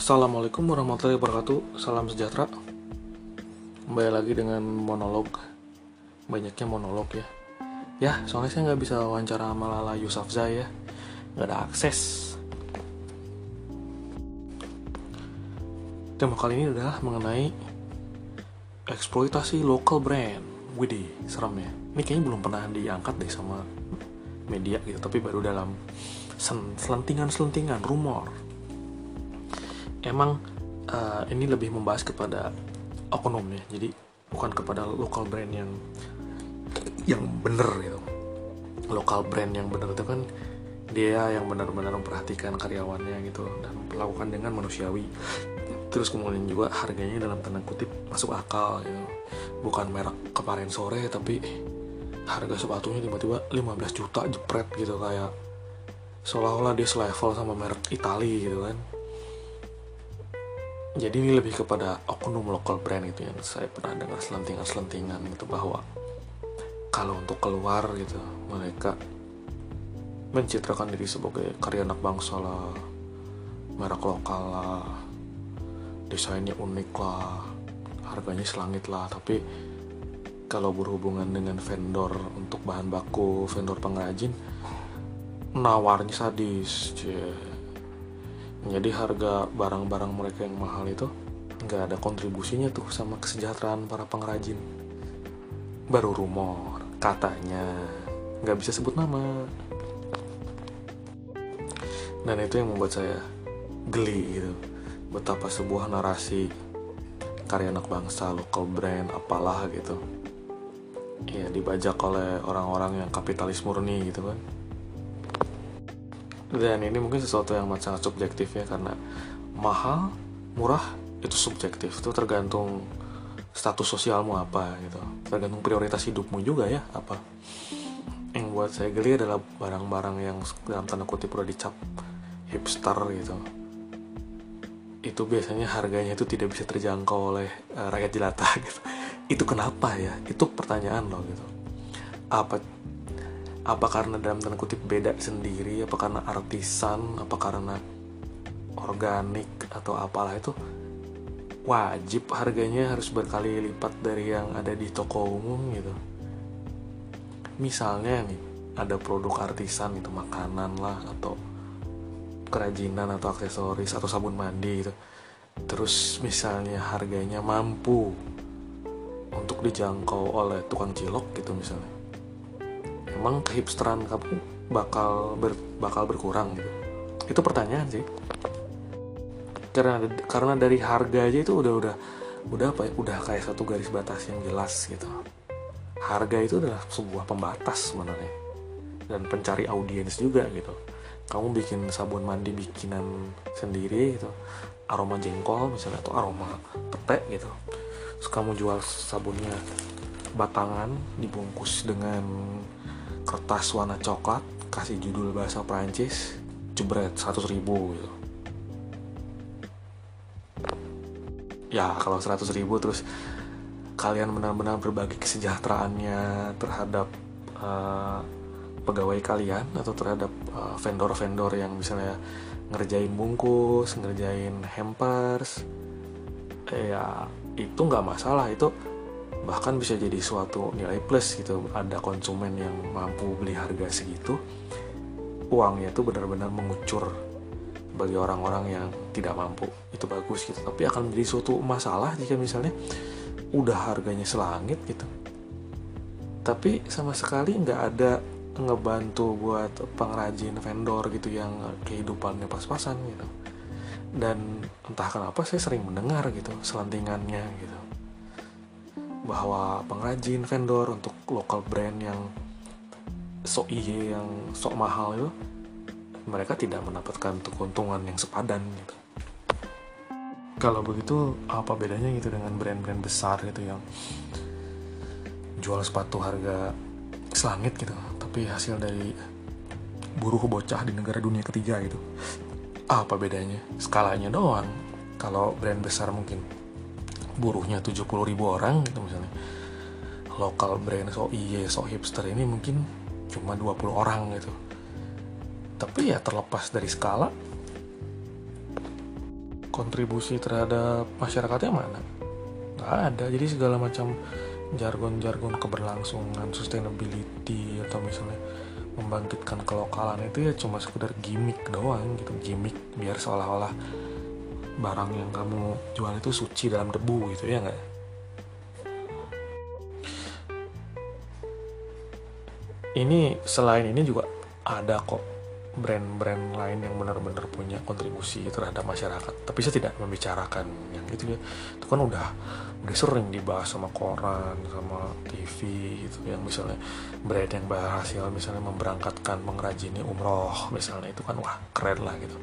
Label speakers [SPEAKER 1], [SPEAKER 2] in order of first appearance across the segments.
[SPEAKER 1] Assalamualaikum warahmatullahi wabarakatuh. Salam sejahtera. Kembali lagi dengan monolog. Banyaknya monolog ya. Ya, soalnya saya nggak bisa wawancara sama Lala Yousafzai ya. Nggak ada akses. Tema kali ini adalah mengenai eksploitasi local brand. Widih, serem ya. Ini kayaknya belum pernah diangkat deh sama media gitu. Tapi baru dalam selentingan rumor. Emang ini lebih membahas kepada oknum ya, jadi bukan kepada local brand yang bener gitu. Local brand yang bener itu kan dia yang benar-benar memperhatikan karyawannya gitu dan melakukan dengan manusiawi. Terus kemudian juga harganya dalam tanda kutip masuk akal gitu. Bukan merek kemarin sore tapi harga sepatunya tiba-tiba 15 juta jepret gitu, kayak seolah-olah dia selevel sama merek Itali gitu kan. Jadi ini lebih kepada oknum local brand gitu yang saya pernah dengar selentingan gitu, bahwa kalau untuk keluar gitu mereka mencitrakan diri sebagai karya anak bangsa lah, merek lokal lah, desainnya unik lah, harganya selangit lah. Tapi kalau berhubungan dengan vendor untuk bahan baku, vendor pengrajin, nawarnya sadis. Jadi harga barang-barang mereka yang mahal itu nggak ada kontribusinya tuh sama kesejahteraan para pengrajin. Baru rumor, katanya, nggak bisa sebut nama. Dan itu yang membuat saya geli gitu. Betapa sebuah narasi karya anak bangsa, local brand, apalah gitu, ya dibajak oleh orang-orang yang kapitalis murni gitu kan. Dan ini mungkin sesuatu yang sangat subjektif ya, karena mahal, murah itu subjektif, itu tergantung status sosialmu apa gitu, tergantung prioritas hidupmu juga ya apa. Yang buat saya geli adalah barang-barang yang dalam tanda kutip udah dicap hipster gitu. Itu biasanya harganya itu tidak bisa terjangkau oleh rakyat jelata gitu. Itu kenapa ya? Itu pertanyaan loh gitu. Apa karena dalam tanda kutip beda sendiri, apa karena artisan, apa karena organik atau apalah, itu wajib harganya harus berkali lipat dari yang ada di toko umum gitu. Misalnya nih ada produk artisan itu, makanan lah atau kerajinan atau aksesoris atau sabun mandi gitu, terus misalnya harganya mampu untuk dijangkau oleh tukang cilok gitu misalnya, emang kehipsteran kamu bakal berkurang gitu? Itu pertanyaan sih. Karena dari harga aja itu udah apa ya? Udah kayak satu garis batas yang jelas gitu. Harga itu adalah sebuah pembatas sebenarnya dan pencari audiens juga gitu. Kamu bikin sabun mandi bikinan sendiri gitu, aroma jengkol misalnya atau aroma pete gitu. Terus kamu jual sabunnya batangan dibungkus dengan kertas warna coklat, kasih judul bahasa Prancis, jebret 100.000 gitu. Ya kalau 100.000 terus kalian benar-benar berbagi kesejahteraannya terhadap pegawai kalian atau terhadap vendor-vendor yang misalnya ngerjain bungkus, ngerjain hampers, ya itu nggak masalah. Itu bahkan bisa jadi suatu nilai plus gitu. Ada konsumen yang mampu beli harga segitu, uangnya itu benar-benar mengucur bagi orang-orang yang tidak mampu. Itu bagus gitu. Tapi akan menjadi suatu masalah jika misalnya udah harganya selangit gitu tapi sama sekali nggak ada ngebantu buat pengrajin vendor gitu yang kehidupannya pas-pasan gitu. Dan entah kenapa saya sering mendengar gitu selentingannya gitu, bahwa pengrajin vendor untuk local brand yang sok iye, yang sok mahal itu, mereka tidak mendapatkan keuntungan yang sepadan gitu. Kalau begitu apa bedanya gitu dengan brand-brand besar gitu yang jual sepatu harga selangit gitu, tapi hasil dari buruh bocah di negara dunia ketiga gitu. Apa bedanya? Skalanya doang. Kalau brand besar mungkin buruhnya 70.000 orang gitu misalnya. Lokal brand sok hipster ini mungkin cuma 20 orang gitu. Tapi ya terlepas dari skala, kontribusi terhadap masyarakatnya mana? Nggak ada. Jadi segala macam jargon-jargon keberlangsungan, sustainability, atau misalnya membangkitkan kelokalan itu ya cuma sekedar gimmick doang gitu. Gimmick biar seolah-olah barang yang kamu jual itu suci dalam debu gitu, ya nggak? Ini selain ini juga ada kok brand-brand lain yang benar-benar punya kontribusi terhadap masyarakat. Tapi saya tidak membicarakan yang itu ya. Itu kan udah sering dibahas sama koran, sama TV gitu. Yang misalnya brand yang berhasil misalnya memberangkatkan pengrajinnya umroh misalnya, itu kan wah keren lah gitu.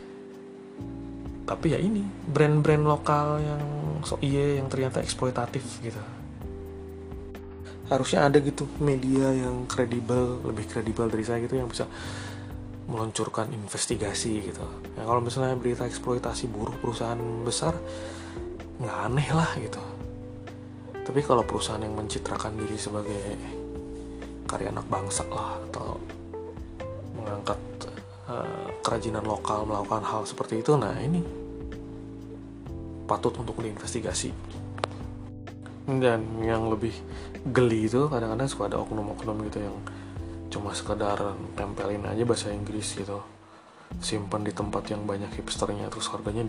[SPEAKER 1] Tapi ya ini brand-brand lokal yang yang ternyata eksploitatif gitu. Harusnya ada gitu media yang kredibel, lebih kredibel dari saya gitu, yang bisa meluncurkan investigasi gitu. Ya kalau misalnya berita eksploitasi buruh perusahaan besar, nggak aneh lah gitu. Tapi kalau perusahaan yang mencitrakan diri sebagai karya anak bangsa lah, atau mengangkat kerajinan lokal melakukan hal seperti itu, nah ini patut untuk diinvestigasi. Dan yang lebih geli itu kadang-kadang suka ada oknum-oknum gitu yang cuma sekedar tempelin aja bahasa Inggris gitu, simpan di tempat yang banyak hipsternya, terus harganya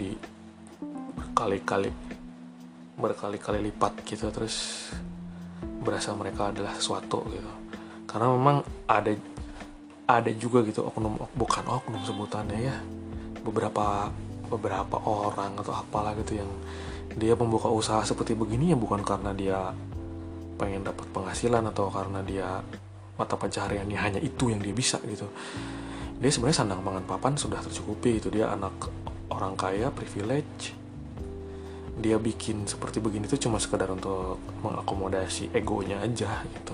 [SPEAKER 1] berkali-kali lipat gitu, terus berasa mereka adalah sesuatu gitu. Karena memang ada juga gitu bukan oknum sebutannya ya, beberapa orang atau apalah gitu yang dia membuka usaha seperti begini ya bukan karena dia pengen dapat penghasilan atau karena dia mata pencahariannya hanya itu yang dia bisa gitu. Dia sebenarnya sandang pangan papan sudah tercukupi itu, dia anak orang kaya, privilege. Dia bikin seperti begini itu cuma sekedar untuk mengakomodasi egonya aja gitu.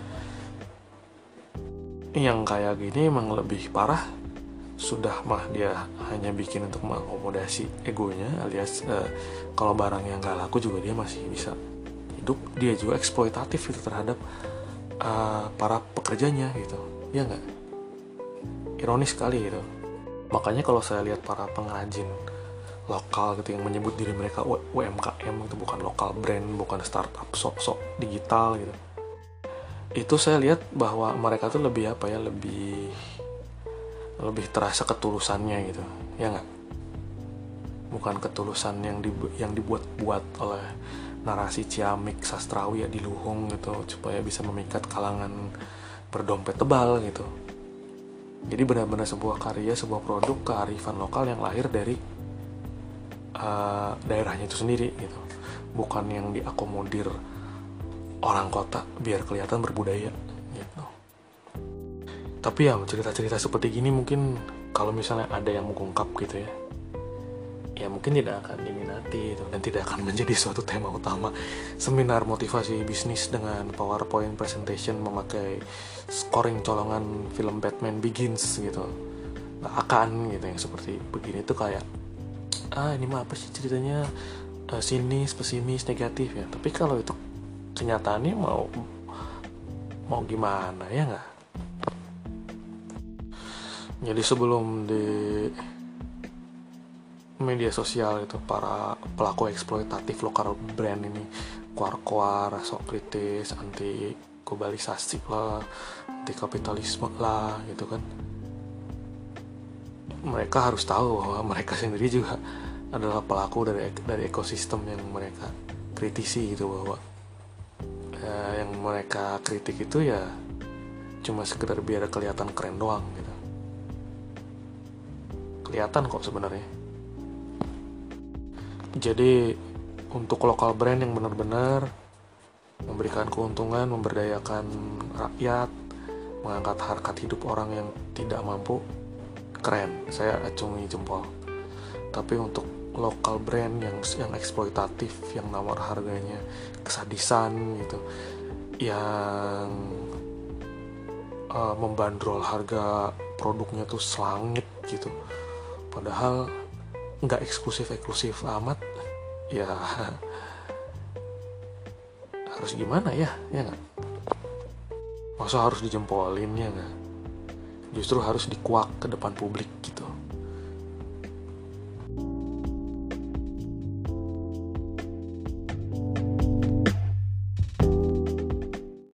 [SPEAKER 1] Yang kayak gini emang lebih parah. Sudah mah dia hanya bikin untuk mengakomodasi egonya, alias kalau barang yang gak laku juga dia masih bisa hidup. Dia juga eksploitatif itu terhadap para pekerjanya gitu, ya nggak? Ironis sekali gitu. Makanya kalau saya lihat para pengrajin lokal gitu yang menyebut diri mereka UMKM itu, bukan lokal brand, bukan startup sok-sok digital gitu, itu saya lihat bahwa mereka tuh lebih lebih terasa ketulusannya gitu, ya nggak? Bukan ketulusan yang dibuat-buat oleh narasi ciamik sastrawi ya di Luhung gitu, supaya bisa memikat kalangan berdompet tebal gitu. Jadi benar-benar sebuah karya, sebuah produk kearifan lokal yang lahir dari daerahnya itu sendiri gitu, bukan yang diakomodir orang kota biar kelihatan berbudaya gitu. Tapi ya cerita-cerita seperti gini mungkin kalau misalnya ada yang mengungkap gitu ya mungkin tidak akan diminati gitu, dan tidak akan menjadi suatu tema utama seminar motivasi bisnis dengan PowerPoint presentation memakai scoring colongan film Batman Begins gitu. Nggak akan gitu yang seperti begini tuh kayak ini mah apa sih ceritanya, sinis, pesimis, negatif ya. Tapi kalau itu kenyataannya mau gimana ya nggak? Jadi sebelum di media sosial itu para pelaku eksploitatif lokal brand ini keluar sok kritis, anti globalisasi lah, anti kapitalisme lah gitu kan, mereka harus tahu bahwa mereka sendiri juga adalah pelaku dari ekosistem yang mereka kritisi gitu, bahwa yang mereka kritik itu ya cuma sekedar biar kelihatan keren doang gitu. Kelihatan kok sebenarnya. Jadi untuk lokal brand yang benar-benar memberikan keuntungan, memberdayakan rakyat, mengangkat harkat hidup orang yang tidak mampu, keren, saya acungi jempol. Tapi untuk lokal brand yang eksploitatif, yang nawar harganya kesadisan gitu, yang membandrol harga produknya tuh selangit gitu, padahal nggak eksklusif amat, ya harus gimana ya nggak? Masa harus dijempolin ya nggak? Justru harus dikuak ke depan publik gitu.